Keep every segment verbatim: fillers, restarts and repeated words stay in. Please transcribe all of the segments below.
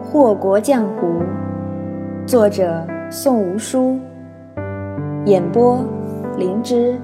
祸国江湖，作者宋无书，演播灵芝。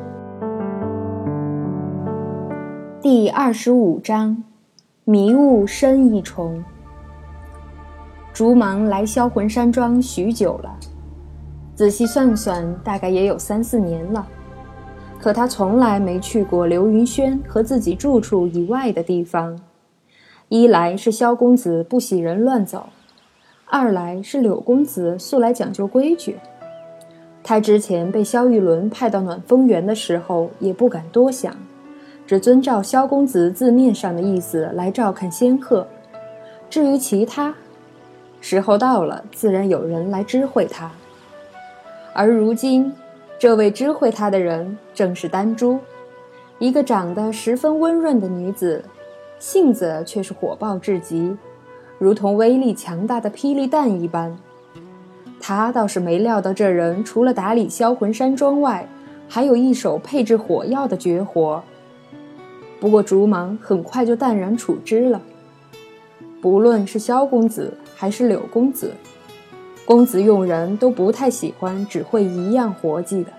第二十五章，迷雾生一重。竹芒来销魂山庄许久了，仔细算算，大概也有三四年了。可他从来没去过刘云轩和自己住处以外的地方。一来是萧公子不喜人乱走，二来是柳公子素来讲究规矩。他之前被萧玉伦派到暖风园的时候，也不敢多想，只遵照萧公子字面上的意思来照看仙鹤。至于其他，时候到了，自然有人来知会他。而如今，这位知会他的人正是丹珠，一个长得十分温润的女子，性子却是火爆至极，如同威力强大的霹雳弹一般。他倒是没料到这人除了打理销魂山庄外，还有一手配置火药的绝活。不过竹芒很快就淡然处之了。不论是萧公子还是柳公子，公子用人都不太喜欢只会一样活计的。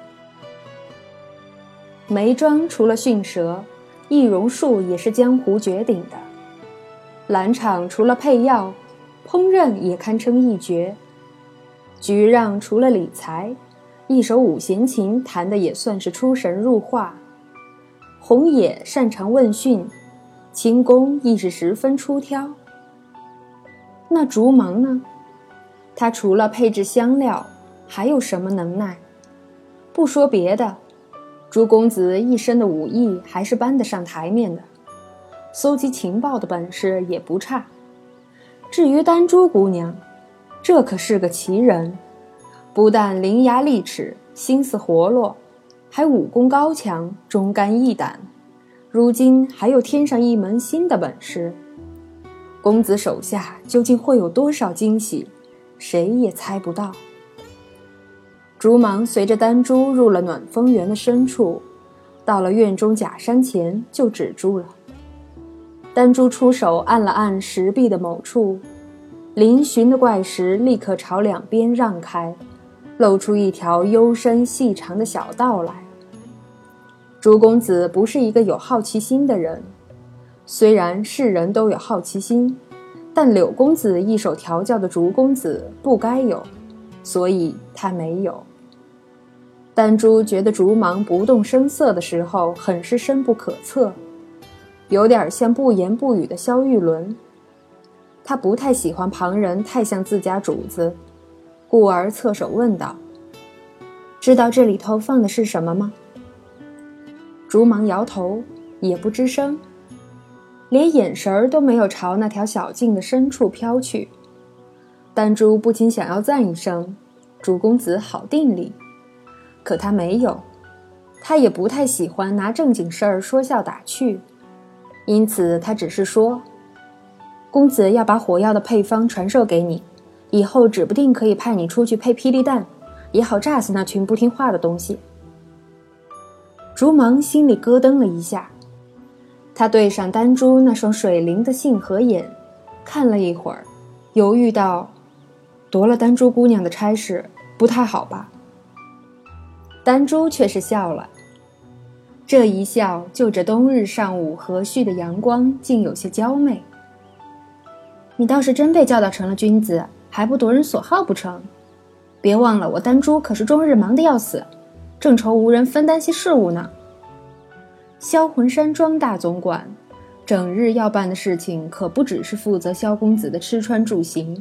梅庄除了驯蛇，易容术也是江湖绝顶的。兰场除了配药，烹饪也堪称一绝。菊让除了理财，一手五弦琴弹得也算是出神入化。红野擅长问讯，轻功亦是十分出挑。那竹芒呢？他除了配置香料，还有什么能耐？不说别的，朱公子一身的武艺还是搬得上台面的，搜集情报的本事也不差。至于丹珠姑娘，这可是个奇人，不但伶牙俐齿，心思活络，还武功高强，忠肝义胆，如今还有添上一门新的本事。公子手下究竟会有多少惊喜，谁也猜不到。竹芒随着丹珠入了暖风园的深处，到了院中假山前就止住了。丹珠出手按了按石壁的某处，嶙峋的怪石立刻朝两边让开，露出一条幽深细长的小道来。竹公子不是一个有好奇心的人，虽然世人都有好奇心，但柳公子一手调教的竹公子不该有，所以他没有。丹珠觉得竹芒不动声色的时候很是深不可测，有点像不言不语的萧玉伦。他不太喜欢旁人太像自家主子，故而侧手问道：知道这里头放的是什么吗？竹芒摇头，也不吱声，连眼神都没有朝那条小径的深处飘去。丹珠不禁想要赞一声：竹公子好定力。可他没有，他也不太喜欢拿正经事儿说笑打趣，因此他只是说：公子要把火药的配方传授给你，以后指不定可以派你出去配霹雳弹，也好炸死那群不听话的东西。竹芒心里咯噔了一下，他对上丹珠那双水灵的杏核眼，看了一会儿，犹豫道：夺了丹珠姑娘的差事，不太好吧？丹珠却是笑了，这一笑就着冬日上午和煦的阳光，竟有些娇媚。你倒是真被教导成了君子，还不夺人所好不成？别忘了我丹珠可是终日忙得要死，正愁无人分担些事务呢。销魂山庄大总管，整日要办的事情可不只是负责萧公子的吃穿住行。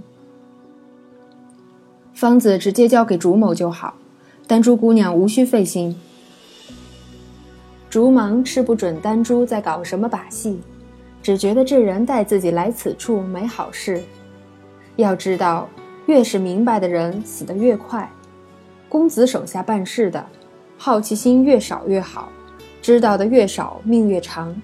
方子直接交给竹某就好，丹珠姑娘无需费心。竹芒吃不准丹珠在搞什么把戏，只觉得这人带自己来此处没好事。要知道，越是明白的人死得越快，公子手下办事的好奇心越少越好，知道的越少命越长。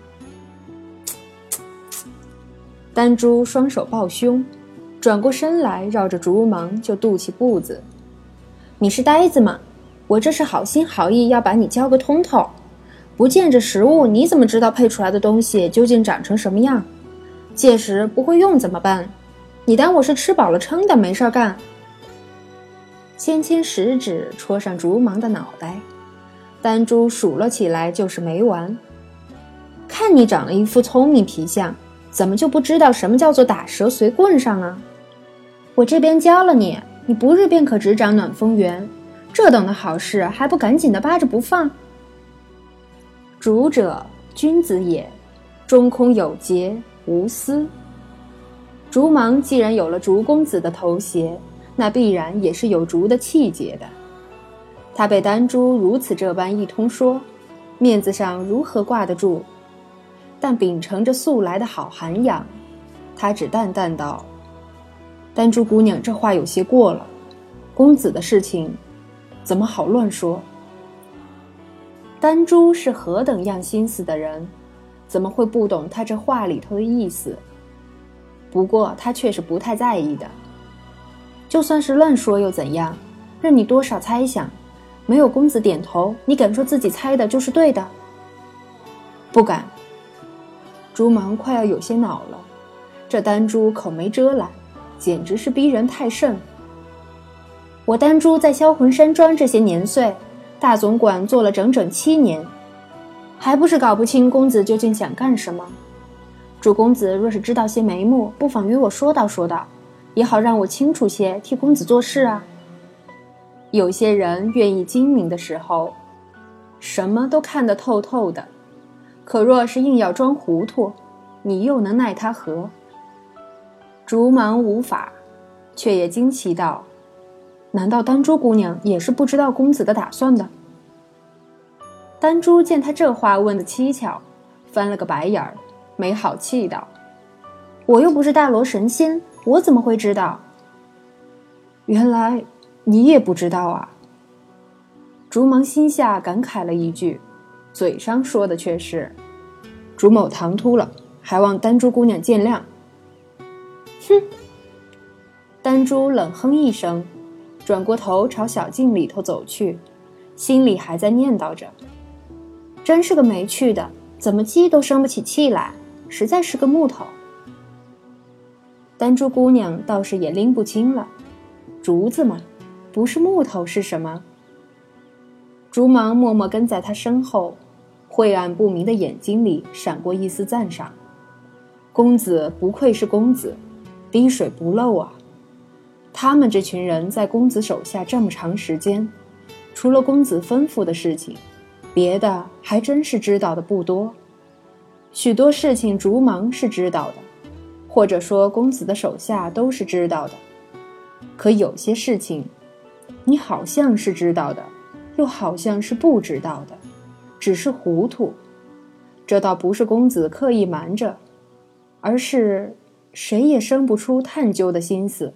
丹珠双手抱胸，转过身来绕着竹芒就踱起步子。你是呆子吗？我这是好心好意要把你教个通透，不见这实物，你怎么知道配出来的东西究竟长成什么样？届时不会用怎么办？ 你当我是吃饱了撑的没事干？纤纤食指戳上竹芒的脑袋，丹珠数了起来就是没完。看你长了一副聪明皮相，怎么就不知道什么叫做打蛇随棍上啊？我这边教了你，你不日便可执掌暖风园，这等的好事还不赶紧的扒着不放？主者君子也，中空有节，无私。竹芒既然有了竹公子的头衔，那必然也是有竹的气节的。他被丹珠如此这般一通说，面子上如何挂得住？但秉承着素来的好涵养，他只淡淡道：丹珠姑娘这话有些过了，公子的事情怎么好乱说？丹珠是何等样心思的人，怎么会不懂他这话里头的意思？不过他却是不太在意的，就算是乱说又怎样，任你多少猜想，没有公子点头，你敢说自己猜的就是对的？不敢。竹芒快要有些恼了，这丹珠口没遮拦，简直是逼人太甚。我丹珠在销魂山庄这些年岁，大总管做了整整七年，还不是搞不清公子究竟想干什么？主公子若是知道些眉目，不妨与我说道说道，也好让我清楚些，替公子做事啊。有些人愿意精明的时候，什么都看得透透的，可若是硬要装糊涂，你又能奈他何？竹芒无法，却也惊奇道：难道丹珠姑娘也是不知道公子的打算的？丹珠见他这话问得蹊跷，翻了个白眼儿，没好气道：我又不是大罗神仙，我怎么会知道？原来你也不知道啊。竹芒心下感慨了一句，嘴上说的却是：竹某唐突了，还望丹珠姑娘见谅。哼！丹珠冷哼一声，转过头朝小径里头走去，心里还在念叨着：真是个没趣的，怎么鸡都生不起气来，实在是个木头。丹珠姑娘倒是也拎不清了，竹子嘛，不是木头是什么？竹芒默默跟在他身后，晦暗不明的眼睛里闪过一丝赞赏。公子不愧是公子，滴水不漏啊。他们这群人在公子手下这么长时间，除了公子吩咐的事情，别的还真是知道的不多。许多事情竹芒是知道的，或者说公子的手下都是知道的，可有些事情你好像是知道的，又好像是不知道的，只是糊涂。这倒不是公子刻意瞒着，而是谁也生不出探究的心思。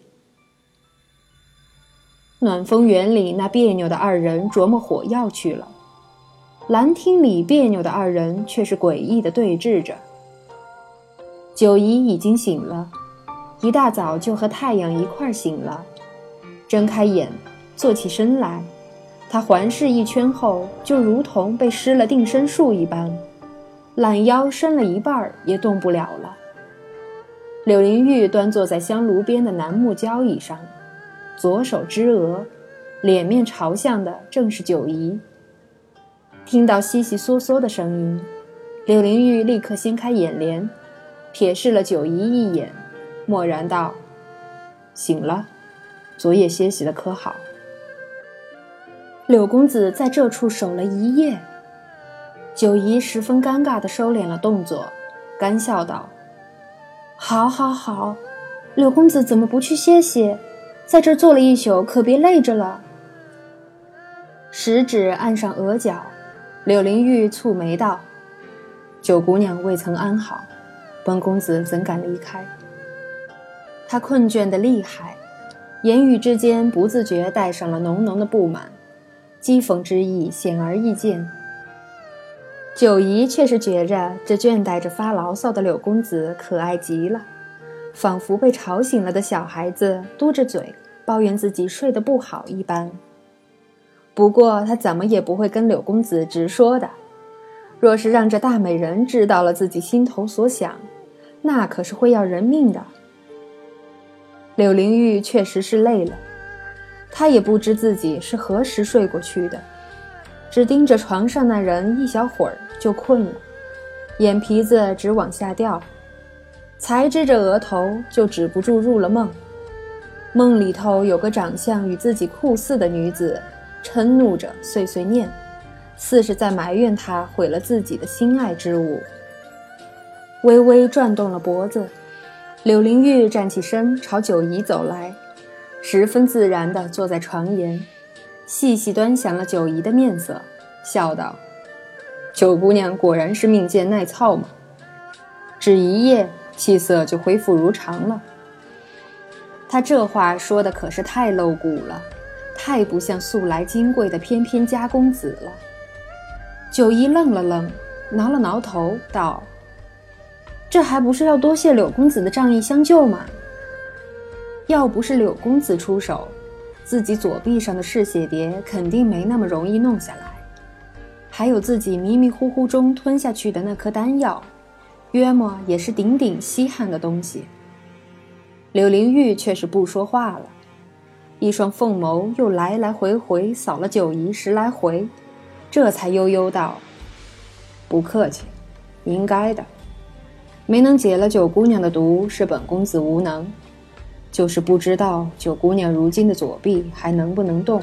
暖风园里那别扭的二人琢磨火药去了，兰厅里别扭的二人却是诡异地对峙着。九姨已经醒了，一大早就和太阳一块醒了，睁开眼，坐起身来，她环视一圈后，就如同被施了定身术一般，懒腰伸了一半也动不了了。柳灵玉端坐在香炉边的楠木交椅上，左手支额，脸面朝向的正是九姨。听到悉悉嗦嗦的声音，柳灵玉立刻掀开眼帘，瞥视了九姨一眼，默然道：醒了，昨夜歇息的可好？柳公子在这处守了一夜。九姨十分尴尬地收敛了动作，干笑道：好好好，柳公子怎么不去歇歇？在这坐了一宿，可别累着了。食指按上额角，柳灵玉蹙眉道：九姑娘未曾安好，本公子怎敢离开？他困倦得厉害，言语之间不自觉带上了浓浓的不满，讥讽之意显而易见。九姨却是觉着这倦怠着发牢骚的柳公子可爱极了，仿佛被吵醒了的小孩子嘟着嘴抱怨自己睡得不好一般。不过他怎么也不会跟柳公子直说的，若是让这大美人知道了自己心头所想，那可是会要人命的。 柳灵玉确实是累了，她也不知自己是何时睡过去的，只盯着床上那人一小会儿就困了，眼皮子直往下掉，才支着额头就止不住入了梦。梦里头有个长相与自己酷似的女子，嗔怒着碎碎念，似是在埋怨他毁了自己的心爱之物。微微转动了脖子，柳灵玉站起身朝九姨走来，十分自然地坐在床沿，细细端详了九姨的面色，笑道：九姑娘果然是命贱耐操嘛，只一夜气色就恢复如常了。他这话说的可是太露骨了，太不像素来金贵的翩翩家公子了。九姨愣了愣，挠了挠头道：这还不是要多谢柳公子的仗义相救吗？要不是柳公子出手，自己左臂上的嗜血蝶肯定没那么容易弄下来，还有自己迷迷糊糊中吞下去的那颗丹药，约莫也是顶顶稀罕的东西。柳灵玉却是不说话了，一双凤眸又来来回回扫了九姨十来回，这才悠悠道：不客气，应该的，没能解了九姑娘的毒是本公子无能，就是不知道九姑娘如今的左臂还能不能动。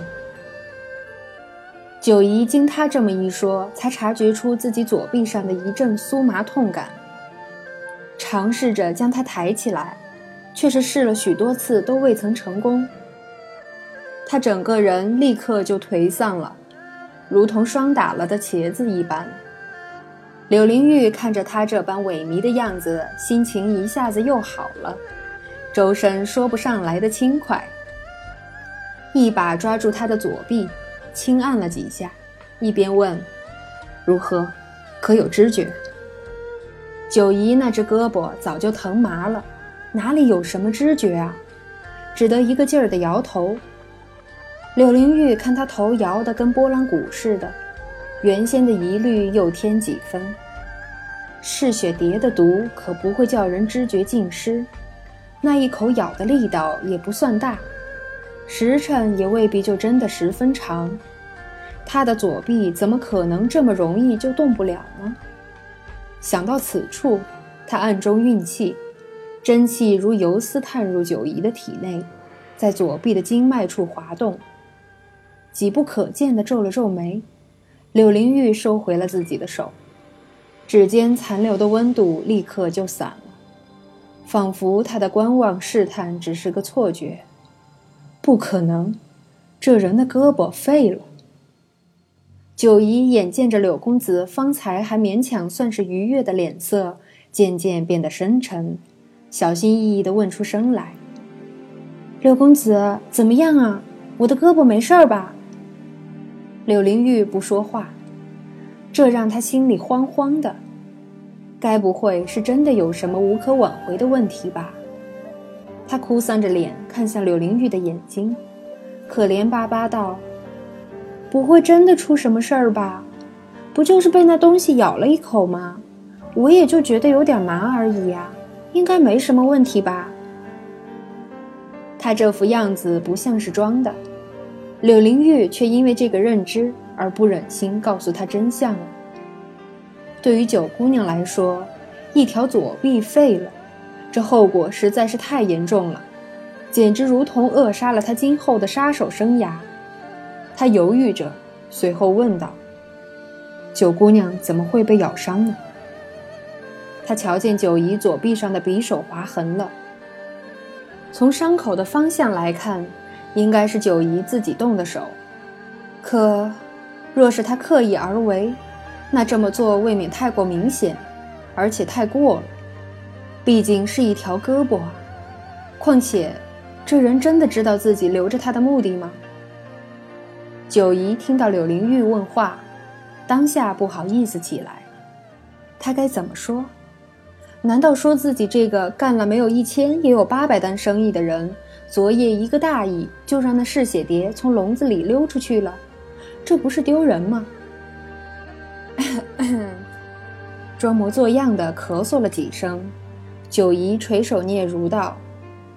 九姨经他这么一说，才察觉出自己左臂上的一阵酥麻痛感，尝试着将它抬起来，却是试了许多次都未曾成功。他整个人立刻就颓丧了，如同霜打了的茄子一般。柳灵玉看着他这般萎靡的样子，心情一下子又好了，周身说不上来的轻快，一把抓住他的左臂，轻按了几下，一边问：如何，可有知觉？九姨那只胳膊早就疼麻了，哪里有什么知觉啊，只得一个劲儿地摇头。柳灵玉看他头摇得跟拨浪鼓似的，原先的疑虑又添几分。嗜血蝶的毒可不会叫人知觉尽失，那一口咬的力道也不算大，时辰也未必就真的十分长，他的左臂怎么可能这么容易就动不了呢？想到此处，他暗中运气，真气如游丝探入九姨的体内，在左臂的经脉处滑动，几不可见地皱了皱眉。柳灵玉收回了自己的手，指尖残留的温度立刻就散了，仿佛他的观望试探只是个错觉。不可能，这人的胳膊废了。九姨眼见着柳公子方才还勉强算是愉悦的脸色，渐渐变得深沉，小心翼翼地问出声来：柳公子怎么样啊？我的胳膊没事吧？柳灵玉不说话，这让他心里慌慌的，该不会是真的有什么无可挽回的问题吧？他哭丧着脸看向柳灵玉的眼睛，可怜巴巴道：不会真的出什么事儿吧？不就是被那东西咬了一口吗？我也就觉得有点麻而已呀，应该没什么问题吧？他这副样子不像是装的，柳灵玉却因为这个认知而不忍心告诉他真相了。对于九姑娘来说，一条左臂废了，这后果实在是太严重了，简直如同扼杀了她今后的杀手生涯。她犹豫着，随后问道：九姑娘怎么会被咬伤呢？他瞧见九姨左臂上的匕首划痕了，从伤口的方向来看，应该是九姨自己动的手，可若是她刻意而为，那这么做未免太过明显，而且太过了，毕竟是一条胳膊啊。况且这人真的知道自己留着他的目的吗？九姨听到柳灵玉问话，当下不好意思起来，他该怎么说？难道说自己这个干了没有一千也有八百单生意的人，昨夜一个大意就让那嗜血蝶从笼子里溜出去了，这不是丢人吗？装模作样的咳嗽了几声，九姨垂手嗫嚅道：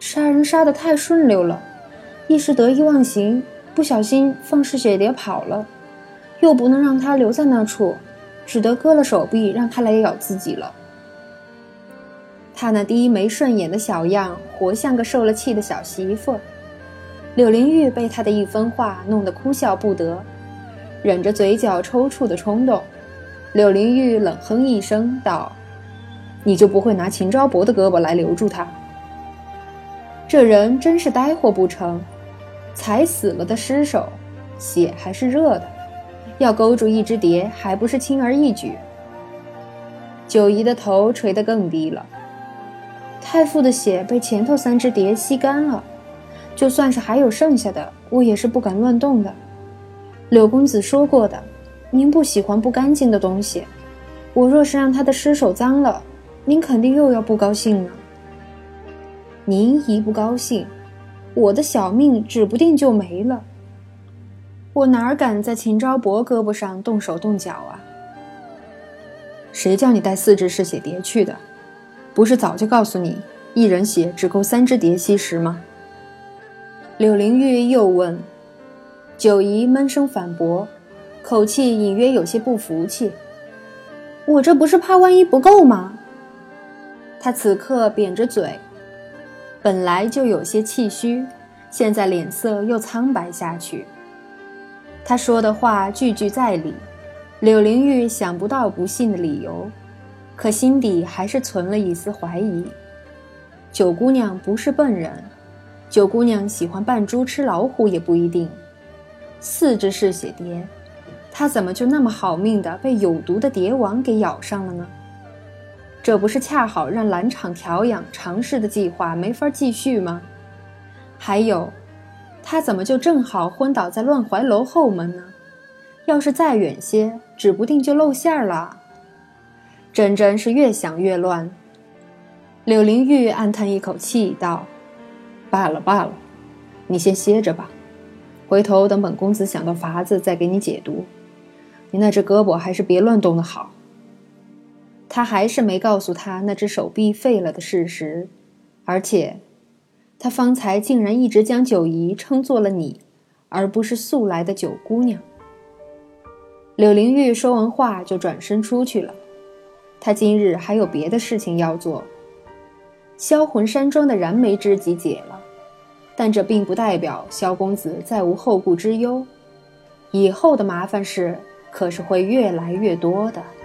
杀人杀得太顺溜了，一时得意忘形，不小心放矢血蝶跑了，又不能让它留在那处，只得割了手臂，让它来咬自己了。他那低眉顺眼的小样，活像个受了气的小媳妇。柳灵玉被他的一番话弄得哭笑不得，忍着嘴角抽搐的冲动。柳灵玉冷哼一声道：“你就不会拿秦昭伯的胳膊来留住他？这人真是呆货不成？才死了的尸首，血还是热的，要勾住一只蝶还不是轻而易举？”九姨的头垂得更低了。太傅的血被前头三只蝶吸干了，就算是还有剩下的，我也是不敢乱动的。柳公子说过的，您不喜欢不干净的东西，我若是让他的尸首脏了，您肯定又要不高兴了。您一不高兴，我的小命指不定就没了。我哪敢在秦昭伯胳膊上动手动脚啊？谁叫你带四只嗜血蝶去的？不是早就告诉你，一人血只够三只蝶吸食吗？柳灵玉又问。九姨闷声反驳，口气隐约有些不服气。我这不是怕万一不够吗？他此刻扁着嘴，本来就有些气虚，现在脸色又苍白下去。他说的话句句在理，柳灵玉想不到不信的理由，可心底还是存了一丝怀疑。九姑娘不是笨人，九姑娘喜欢扮猪吃老虎也不一定。四只嗜血蝶，她怎么就那么好命的被有毒的蝶王给咬上了呢？这不是恰好让蓝场调养尝试的计划没法继续吗？还有，她怎么就正好昏倒在乱怀楼后门呢？要是再远些，指不定就露馅了。真真是越想越乱。柳灵玉暗叹一口气道：“罢了罢了，你先歇着吧，回头等本公子想到法子再给你解毒。你那只胳膊还是别乱动的好。”他还是没告诉他那只手臂废了的事实，而且他方才竟然一直将九姨称作了你，而不是素来的九姑娘。柳灵玉说完话就转身出去了，他今日还有别的事情要做。销魂山庄的燃眉之急解了，但这并不代表萧公子再无后顾之忧，以后的麻烦事可是会越来越多的。